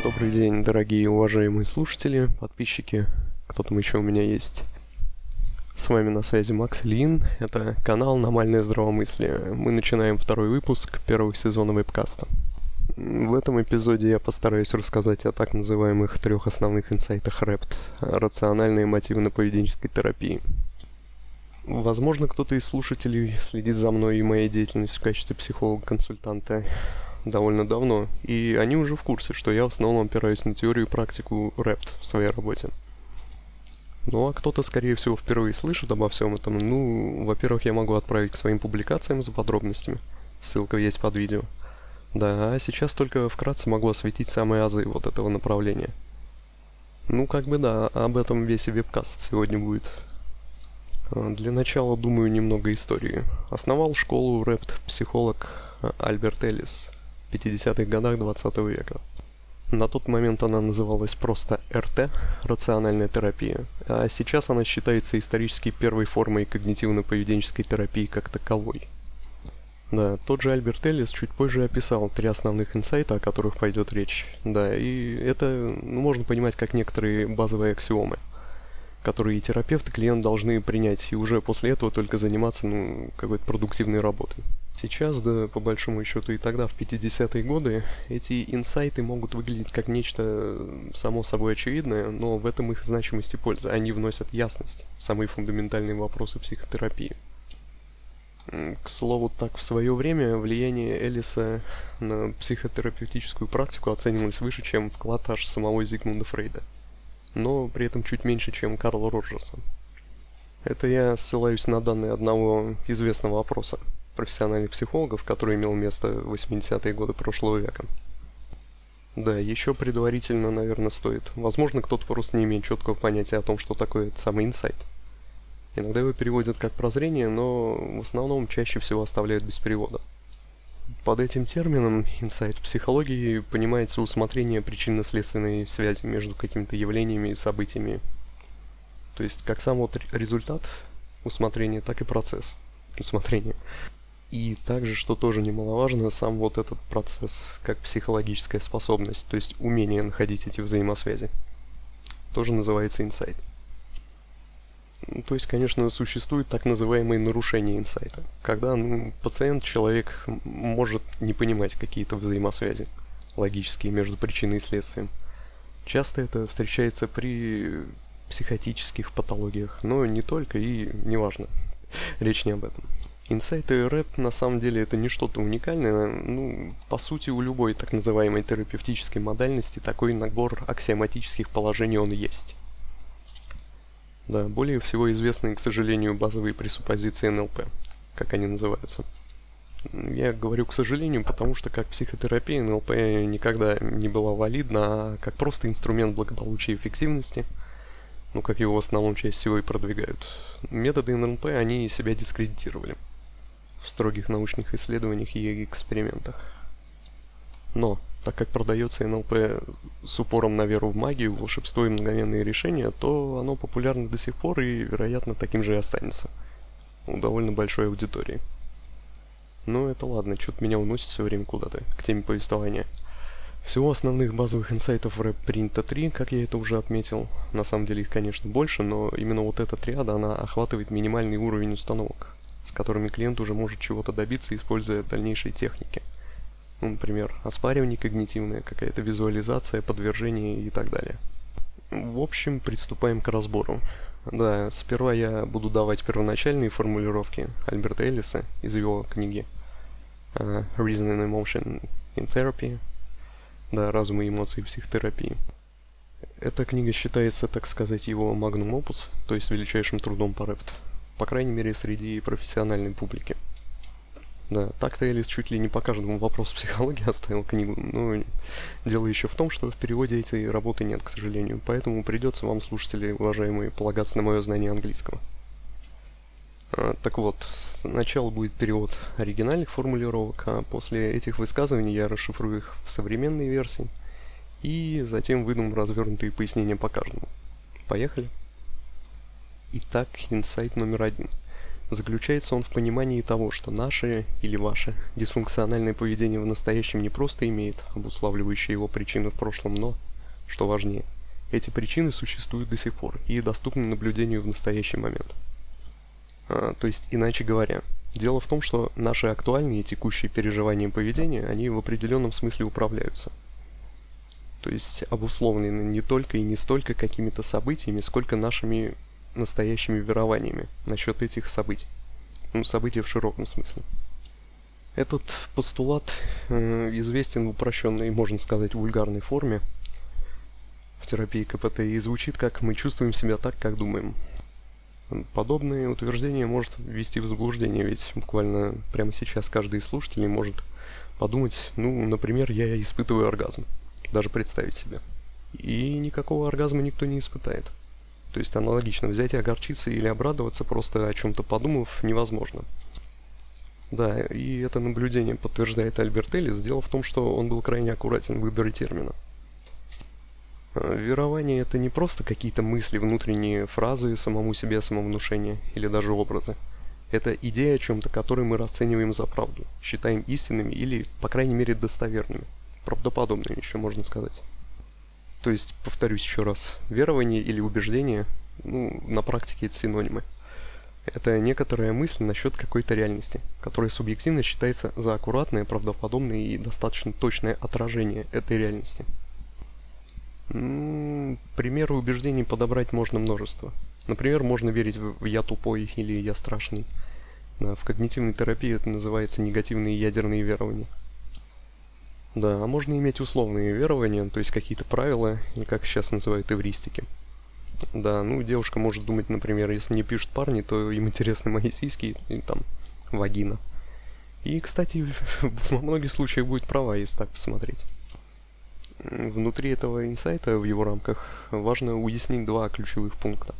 Добрый день, дорогие уважаемые слушатели, подписчики, кто там еще у меня есть. С вами на связи Макс Ильин, это канал «Нормальное здравомыслие». Мы начинаем второй выпуск первого сезона вебкаста. В этом эпизоде я постараюсь рассказать о так называемых 3 основных инсайтах РЭПТ – рациональной эмотивно-поведенческой терапии. Возможно, кто-то из слушателей следит за мной и моей деятельностью в качестве психолога-консультанта довольно давно, и они уже в курсе, что я в основном опираюсь на теорию и практику РЭПТ в своей работе. Ну а кто-то, скорее всего, впервые слышит обо всем этом. Ну, во-первых, я могу отправить к своим публикациям за подробностями. Ссылка есть под видео. Да, а сейчас только вкратце могу осветить самые азы вот этого направления. Ну, как бы да, об этом весь и вебкаст сегодня будет. Для начала, думаю, немного истории. Основал школу РЭПТ психолог Альберт Эллис в 50-х годах 20 века. На тот момент она называлась просто РТ, рациональная терапия, а сейчас она считается исторически первой формой когнитивно-поведенческой терапии как таковой. Да, тот же Альберт Эллис чуть позже описал 3 основных инсайта, о которых пойдет речь. Да, и это можно понимать как некоторые базовые аксиомы, которые и терапевт, и клиент должны принять, и уже после этого только заниматься какой-то продуктивной работой. Сейчас, да, по большому счету и тогда, в 50-е годы, эти инсайты могут выглядеть как нечто само собой очевидное, но в этом их значимость и польза. Они вносят ясность в самые фундаментальные вопросы психотерапии. К слову, так в свое время влияние Эллиса на психотерапевтическую практику оценивалось выше, чем вклад аж самого Зигмунда Фрейда, но при этом чуть меньше, чем Карла Роджерса. Это я ссылаюсь на данные одного известного опроса профессиональных психологов, который имел место в 80-е годы прошлого века. Да, еще предварительно, наверное, стоит. Возможно, кто-то просто не имеет четкого понятия о том, что такое этот самый инсайт. Иногда его переводят как прозрение, но в основном чаще всего оставляют без перевода. Под этим термином инсайт в психологии понимается усмотрение причинно-следственной связи между какими-то явлениями и событиями. То есть как сам вот результат усмотрения, так и процесс усмотрения. И также, что тоже немаловажно, сам вот этот процесс как психологическая способность, то есть умение находить эти взаимосвязи, тоже называется инсайт. То есть, конечно, существует так называемые нарушения инсайта, когда пациент, человек может не понимать какие-то взаимосвязи логические между причиной и следствием. Часто это встречается при психотических патологиях, но не только и неважно, речь не об этом. Инсайты РЭП на самом деле это не что-то уникальное. По сути, у любой так называемой терапевтической модальности такой набор аксиоматических положений он есть. Да, более всего известны, к сожалению, базовые пресуппозиции НЛП, как они называются. Я говорю «к сожалению», потому что как психотерапия НЛП никогда не была валидна, а как просто инструмент благополучия и эффективности, как его в основном чаще всего и продвигают. Методы НЛП, они себя дискредитировали в строгих научных исследованиях и экспериментах. Но, так как продается НЛП с упором на веру в магию, волшебство и мгновенные решения, то оно популярно до сих пор и, вероятно, таким же и останется у довольно большой аудитории. Но это ладно, что-то меня уносит все время куда-то, к теме повествования. Всего основных базовых инсайтов в РЭП принято 3, как я это уже отметил. На самом деле их, конечно, больше, но именно вот эта триада, она охватывает минимальный уровень установок, с которыми клиент уже может чего-то добиться, используя дальнейшие техники. Например, оспаривание когнитивное, какая-то визуализация, подвержение и так далее. В общем, приступаем к разбору. Да, сперва я буду давать первоначальные формулировки Альберта Эллиса из его книги Reason and Emotion in Therapy. Да, разум и эмоции в психотерапии. Эта книга считается, так сказать, его magnum opus, то есть величайшим трудом по РЭПТ, по крайней мере, среди профессиональной публики. Да, так-то Эллис чуть ли не по каждому вопросу психологии оставил книгу, но дело еще в том, что в переводе этой работы нет, к сожалению, поэтому придется вам, слушатели, уважаемые, полагаться на мое знание английского. Так вот, сначала будет перевод оригинальных формулировок, а после этих высказываний я расшифрую их в современной версии и затем выдам развернутые пояснения по каждому. Поехали? Итак, инсайт номер 1. Заключается он в понимании того, что наше или ваше дисфункциональное поведение в настоящем не просто имеет обуславливающие его причины в прошлом, но, что важнее, эти причины существуют до сих пор и доступны наблюдению в настоящий момент. То есть, иначе говоря, дело в том, что наши актуальные текущие переживания и поведения, они в определенном смысле управляются. То есть обусловлены не только и не столько какими-то событиями, сколько нашими настоящими верованиями насчет этих событий. События в широком смысле. Этот постулат известен в упрощенной, можно сказать, вульгарной форме в терапии КПТ и звучит как «мы чувствуем себя так, как думаем». Подобное утверждение может ввести в заблуждение, ведь буквально прямо сейчас каждый из слушателей может подумать, например, я испытываю оргазм. Даже представить себе. И никакого оргазма никто не испытает. То есть аналогично взять и огорчиться или обрадоваться, просто о чем-то подумав, невозможно. Да, и это наблюдение подтверждает Альберт Эллис. Дело в том, что он был крайне аккуратен в выборе термина. Верование — это не просто какие-то мысли, внутренние фразы, самому себе самовнушение или даже образы. Это идея о чем-то, которую мы расцениваем за правду, считаем истинными или, по крайней мере, достоверными. Правдоподобными еще можно сказать. То есть, повторюсь еще раз, верование или убеждение, на практике это синонимы. Это некоторая мысль насчет какой-то реальности, которая субъективно считается за аккуратное, правдоподобное и достаточно точное отражение этой реальности. Примеры убеждений подобрать можно множество. Например, можно верить в «я тупой» или «я страшный». В когнитивной терапии это называется негативные ядерные верования. Да, а можно иметь условные верования, то есть какие-то правила, или как сейчас называют эвристики. Да, девушка может думать, например, если мне пишут парни, то им интересны мои сиськи, или там, вагина. И, кстати, во многих случаях будет права, если так посмотреть. Внутри этого инсайта, в его рамках, важно уяснить два ключевых пункта.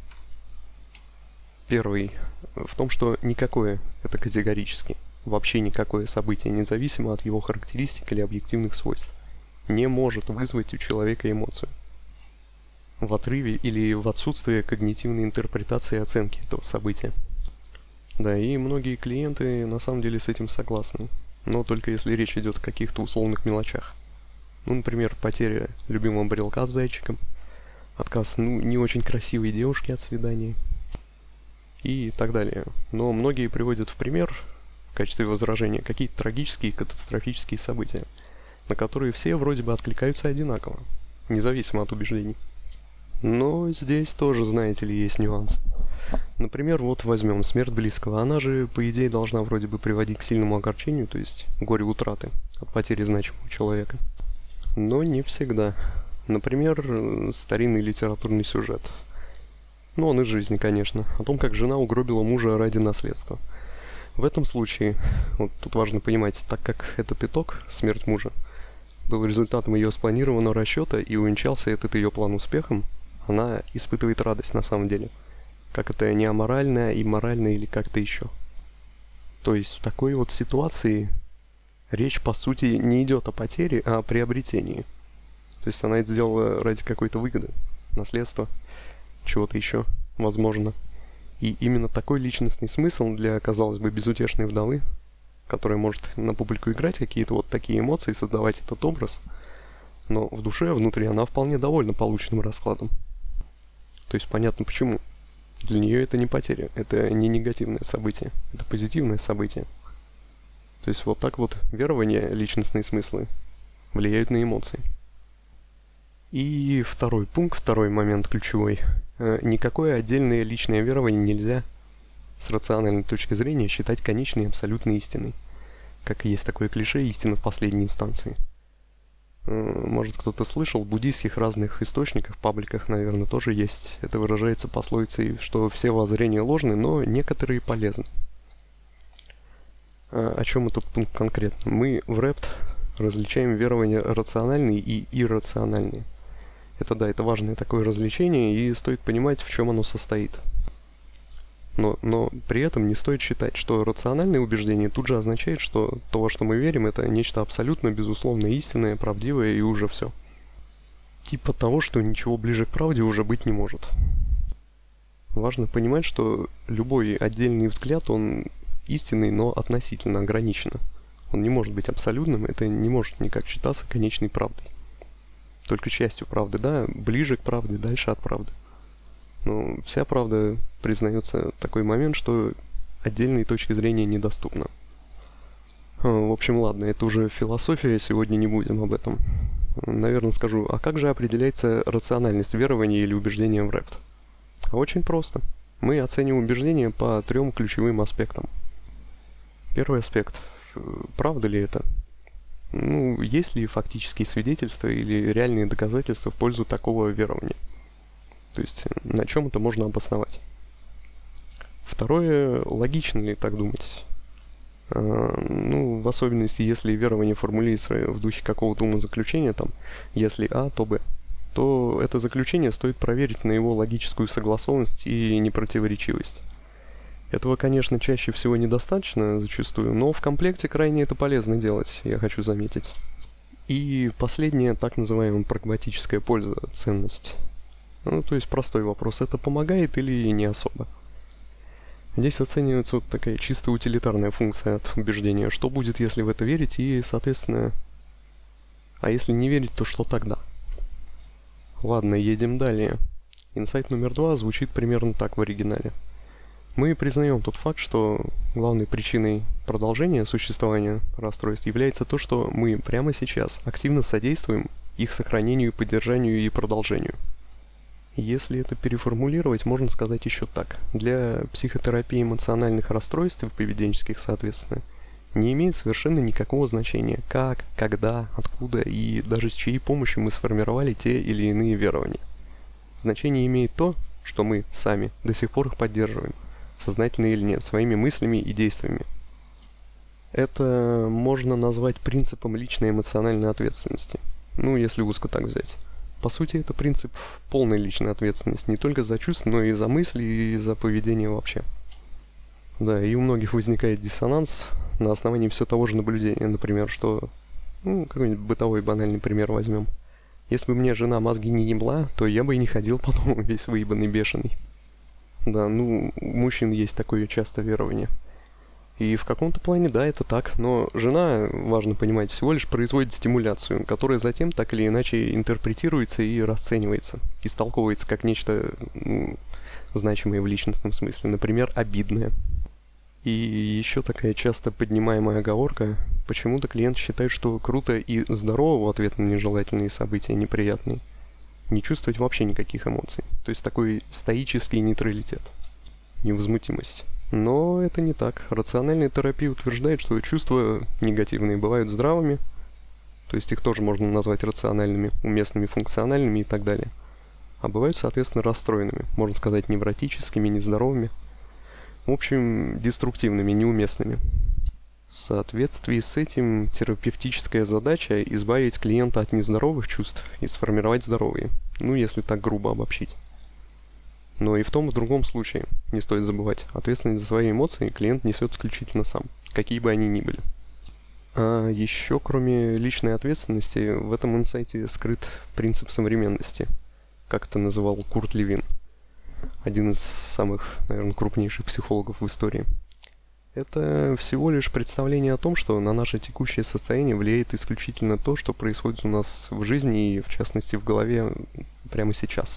Первый в том, что никакое, это категорически, вообще никакое событие, независимо от его характеристик или объективных свойств, не может вызвать у человека эмоцию. В отрыве или в отсутствии когнитивной интерпретации и оценки этого события. Да, и многие клиенты на самом деле с этим согласны, но только если речь идет о каких-то условных мелочах. Например, потеря любимого брелка с зайчиком, отказ не очень красивой девушки от свидания и так далее. Но многие приводят в пример в качестве возражения какие-то трагические и катастрофические события, на которые все вроде бы откликаются одинаково, независимо от убеждений. Но здесь тоже, знаете ли, есть нюанс. Например, вот возьмем смерть близкого. Она же, по идее, должна вроде бы приводить к сильному огорчению, то есть горю утраты от потери значимого человека. Но не всегда. Например, старинный литературный сюжет. Он из жизни, конечно. О том, как жена угробила мужа ради наследства. В этом случае, вот тут важно понимать, так как этот итог, смерть мужа, был результатом ее спланированного расчета и увенчался этот ее план успехом, она испытывает радость на самом деле. Как это не аморально, и морально или как-то еще. То есть в такой вот ситуации речь, по сути, не идет о потере, а о приобретении. То есть она это сделала ради какой-то выгоды, наследства, чего-то еще, возможно. И именно такой личностный смысл для, казалось бы, безутешной вдовы, которая может на публику играть какие-то вот такие эмоции, создавать этот образ, но в душе, внутри она вполне довольна полученным раскладом. То есть понятно почему. Для нее это не потеря, это не негативное событие, это позитивное событие. То есть вот так вот верования, личностные смыслы влияют на эмоции. И второй пункт, второй момент ключевой. Никакое отдельное личное верование нельзя с рациональной точки зрения считать конечной и абсолютной истиной. Как и есть такое клише «истина в последней инстанции». Может, кто-то слышал, в буддийских разных источниках, пабликах, наверное, тоже есть. Это выражается пословицей, что все воззрения ложны, но некоторые полезны. О чем этот пункт конкретно? Мы в РЭПТ различаем верования рациональные и иррациональные. Это важное такое различение, и стоит понимать, в чем оно состоит. Но при этом не стоит считать, что рациональное убеждение тут же означает, что то, во что мы верим, это нечто абсолютно, безусловно истинное, правдивое и уже все. Типа того, что ничего ближе к правде уже быть не может. Важно понимать, что любой отдельный взгляд, он истинный, но относительно ограниченно. Он не может быть абсолютным, это не может никак считаться конечной правдой. Только частью правды, да, ближе к правде, дальше от правды. Но вся правда признается такой момент, что отдельные точки зрения недоступны. В общем, ладно, это уже философия, сегодня не будем об этом. Наверное, скажу, а как же определяется рациональность верования или убеждения в рэпт? Очень просто. Мы оцениваем убеждения по 3 ключевым аспектам. Первый аспект. Правда ли это? Есть ли фактические свидетельства или реальные доказательства в пользу такого верования? То есть, на чем это можно обосновать? Второе, логично ли так думать? В особенности, если верование формулируется в духе какого-то умозаключения, там, если А, то Б, то это заключение стоит проверить на его логическую согласованность и непротиворечивость. Этого, конечно, чаще всего недостаточно зачастую, но в комплекте крайне это полезно делать, я хочу заметить. И последнее, так называемая прагматическая польза, ценность. То есть простой вопрос, это помогает или не особо? Здесь оценивается вот такая чисто утилитарная функция от убеждения. Что будет, если в это верить, и, соответственно... А если не верить, то что тогда? Ладно, едем далее. Инсайт номер 2 звучит примерно так в оригинале. Мы признаем тот факт, что главной причиной продолжения существования расстройств является то, что мы прямо сейчас активно содействуем их сохранению, поддержанию и продолжению. Если это переформулировать, можно сказать еще так. Для психотерапии эмоциональных расстройств и поведенческих, соответственно, не имеет совершенно никакого значения, как, когда, откуда и даже с чьей помощью мы сформировали те или иные верования. Значение имеет то, что мы сами до сих пор их поддерживаем, сознательно или нет, своими мыслями и действиями. Это можно назвать принципом личной эмоциональной ответственности. Если узко так взять. По сути, это принцип полной личной ответственности не только за чувства, но и за мысли, и за поведение вообще. Да, и у многих возникает диссонанс на основании все того же наблюдения. Например, что... какой-нибудь бытовой банальный пример возьмем. Если бы мне жена мозги не ебла, то я бы и не ходил по дому весь выебанный, бешеный. Да, у мужчин есть такое часто верование. И в каком-то плане, да, это так, но жена, важно понимать, всего лишь производит стимуляцию, которая затем так или иначе интерпретируется и расценивается, истолковывается как нечто значимое в личностном смысле, например, обидное. И еще такая часто поднимаемая оговорка, почему-то клиент считает, что круто и здорово в ответ на нежелательные события, неприятные, не чувствовать вообще никаких эмоций, то есть такой стоический нейтралитет, невозмутимость. Но это не так. Рациональная терапия утверждает, что чувства негативные бывают здравыми, то есть их тоже можно назвать рациональными, уместными, функциональными и так далее. А бывают, соответственно, расстроенными, можно сказать, невротическими, нездоровыми, в общем, деструктивными, неуместными. В соответствии с этим терапевтическая задача – избавить клиента от нездоровых чувств и сформировать здоровые, если так грубо обобщить. Но и в том и в другом случае, не стоит забывать, ответственность за свои эмоции клиент несет исключительно сам, какие бы они ни были. А еще, кроме личной ответственности, в этом инсайте скрыт принцип современности, как это называл Курт Левин, один из самых, наверное, крупнейших психологов в истории. Это всего лишь представление о том, что на наше текущее состояние влияет исключительно то, что происходит у нас в жизни и, в частности, в голове прямо сейчас.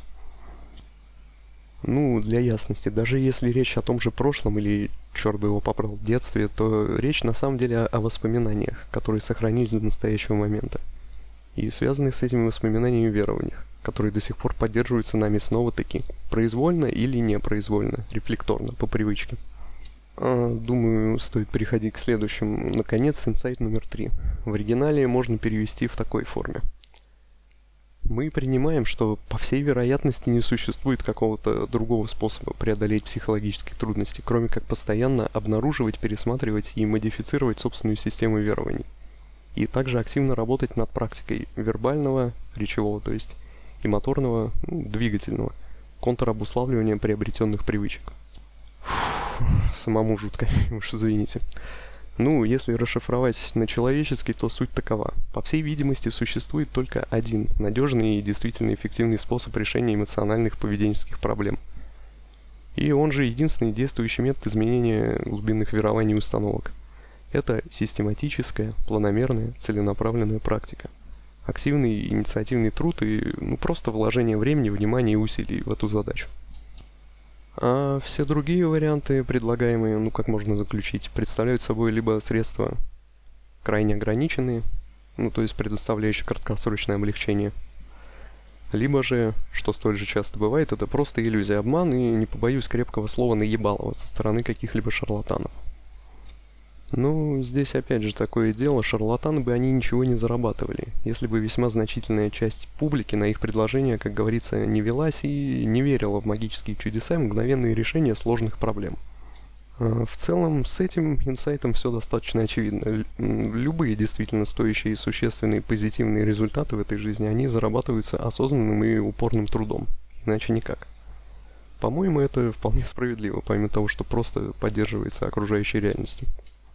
Для ясности, даже если речь о том же прошлом или, черт бы его побрал, детстве, то речь на самом деле о воспоминаниях, которые сохранились до настоящего момента, и связанных с этими воспоминаниями верованиях, которые до сих пор поддерживаются нами снова-таки, произвольно или непроизвольно, рефлекторно, по привычке. Думаю, стоит переходить к следующему. Наконец, инсайт номер 3. В оригинале можно перевести в такой форме. Мы принимаем, что по всей вероятности не существует какого-то другого способа преодолеть психологические трудности, кроме как постоянно обнаруживать, пересматривать и модифицировать собственную систему верований. И также активно работать над практикой вербального, речевого, то есть, и моторного, двигательного, контрабуславливания приобретенных привычек. Самому жутко, уж извините. Если расшифровать на человеческий, то суть такова. По всей видимости, существует только один надежный и действительно эффективный способ решения эмоциональных поведенческих проблем. И он же единственный действующий метод изменения глубинных верований и установок. Это систематическая, планомерная, целенаправленная практика. Активный инициативный труд и просто вложение времени, внимания и усилий в эту задачу. А все другие варианты, предлагаемые, как можно заключить, представляют собой либо средства крайне ограниченные, то есть предоставляющие краткосрочное облегчение, либо же, что столь же часто бывает, это просто иллюзия, обман и, не побоюсь крепкого слова, наебалово со стороны каких-либо шарлатанов. Здесь опять же такое дело, шарлатаны бы они ничего не зарабатывали, если бы весьма значительная часть публики на их предложения, как говорится, не велась и не верила в магические чудеса и мгновенные решения сложных проблем. В целом, с этим инсайтом все достаточно очевидно. Любые действительно стоящие и существенные позитивные результаты в этой жизни, они зарабатываются осознанным и упорным трудом. Иначе никак. По-моему, это вполне справедливо, помимо того, что просто поддерживается окружающей реальностью.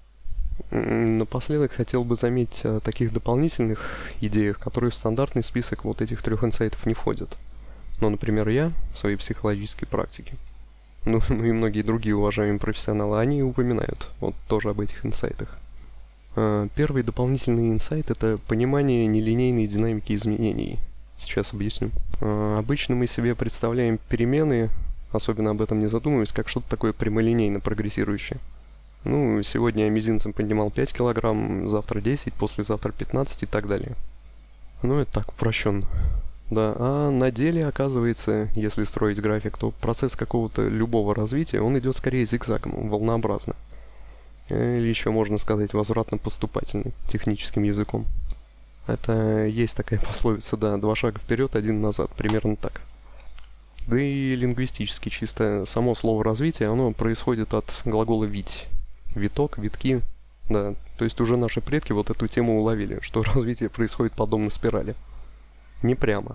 Напоследок хотел бы заметить о таких дополнительных идеях, которые в стандартный список вот этих 3 инсайтов не входят. Например, я в своей психологической практике, и многие другие уважаемые профессионалы, они упоминают вот тоже об этих инсайтах. Первый дополнительный инсайт — это понимание нелинейной динамики изменений. Сейчас объясню. Обычно мы себе представляем перемены, особенно об этом не задумываясь, как что-то такое прямолинейно прогрессирующее. Сегодня я мизинцем поднимал 5 килограмм, завтра 10, послезавтра 15 и так далее. Это так упрощенно. Да, а на деле, оказывается, если строить график, то процесс какого-то любого развития, он идет скорее зигзагом, волнообразно. Или еще можно сказать возвратно-поступательный, техническим языком. Это есть такая пословица, да, 2 шага вперед, 1 назад, примерно так. Да и лингвистически чисто само слово «развитие», оно происходит от глагола «вить». Виток, витки, да, то есть уже наши предки вот эту тему уловили, что развитие происходит подобно спирали. Не прямо.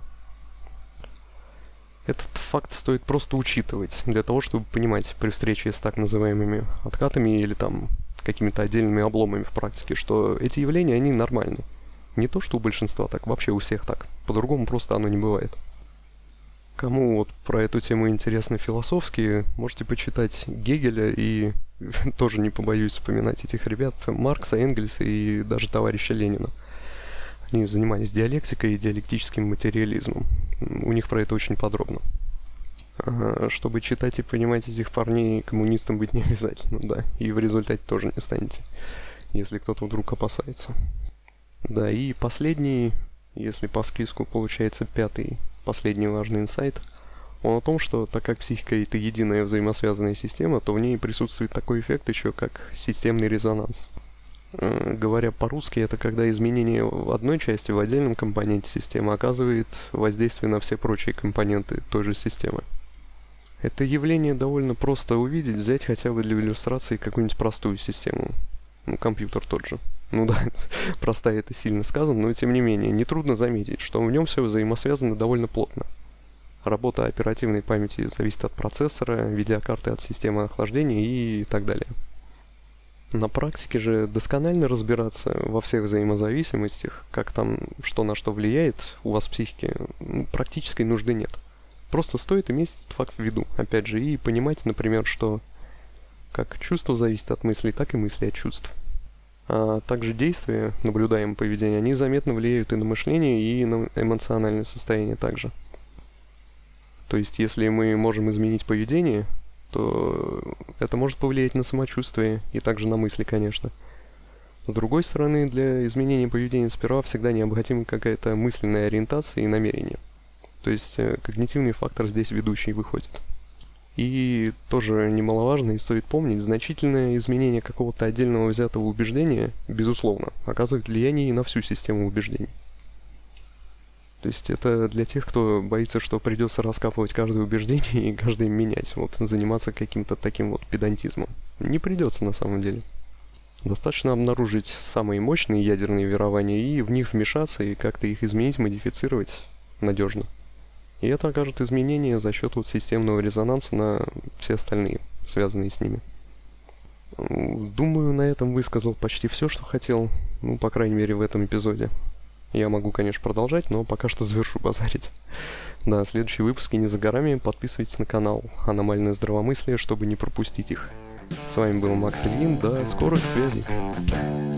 Этот факт стоит просто учитывать, для того, чтобы понимать при встрече с так называемыми откатами или какими-то отдельными обломами в практике, что эти явления, они нормальны. Не то, что у большинства так, вообще у всех так. По-другому просто оно не бывает. Кому вот про эту тему интересно философски, можете почитать Гегеля и тоже не побоюсь вспоминать этих ребят, Маркса, Энгельса и даже товарища Ленина. Они занимались диалектикой и диалектическим материализмом. У них про это очень подробно. Чтобы читать и понимать этих парней, коммунистом быть не обязательно, да. И в результате тоже не станете, если кто-то вдруг опасается. Да, и последний, если по списку получается 5-й, последний важный инсайт, он о том, что так как психика — это единая взаимосвязанная система, то в ней присутствует такой эффект еще, как системный резонанс. Говоря по-русски, это когда изменение в одной части, в отдельном компоненте системы оказывает воздействие на все прочие компоненты той же системы. Это явление довольно просто увидеть, взять хотя бы для иллюстрации какую-нибудь простую систему. Компьютер тот же. Да, простая — это сильно сказано, но тем не менее, нетрудно заметить, что в нем все взаимосвязано довольно плотно. Работа оперативной памяти зависит от процессора, видеокарты от системы охлаждения и так далее. На практике же досконально разбираться во всех взаимозависимостях, как там что на что влияет у вас в психике, практической нужды нет. Просто стоит иметь этот факт в виду, опять же, и понимать, например, что как чувство зависит от мыслей, так и мысли от чувств. А также действия, наблюдаемые поведения, они заметно влияют и на мышление, и на эмоциональное состояние также. То есть, если мы можем изменить поведение, то это может повлиять на самочувствие и также на мысли, конечно. С другой стороны, для изменения поведения сперва всегда необходима какая-то мысленная ориентация и намерение. То есть, когнитивный фактор здесь ведущий выходит. И тоже немаловажно и стоит помнить, значительное изменение какого-то отдельного взятого убеждения, безусловно, оказывает влияние и на всю систему убеждений. То есть это для тех, кто боится, что придется раскапывать каждое убеждение и каждое менять, заниматься каким-то таким педантизмом. Не придется на самом деле. Достаточно обнаружить самые мощные ядерные верования и в них вмешаться и как-то их изменить, модифицировать надежно. И это окажет изменения за счет системного резонанса на все остальные, связанные с ними. Думаю, на этом высказал почти все, что хотел, по крайней мере, в этом эпизоде. Я могу, конечно, продолжать, но пока что завершу базарить. Да, следующие выпуски не за горами, подписывайтесь на канал «Аномальное здравомыслие», чтобы не пропустить их. С вами был Макс Ильин, до скорых связей.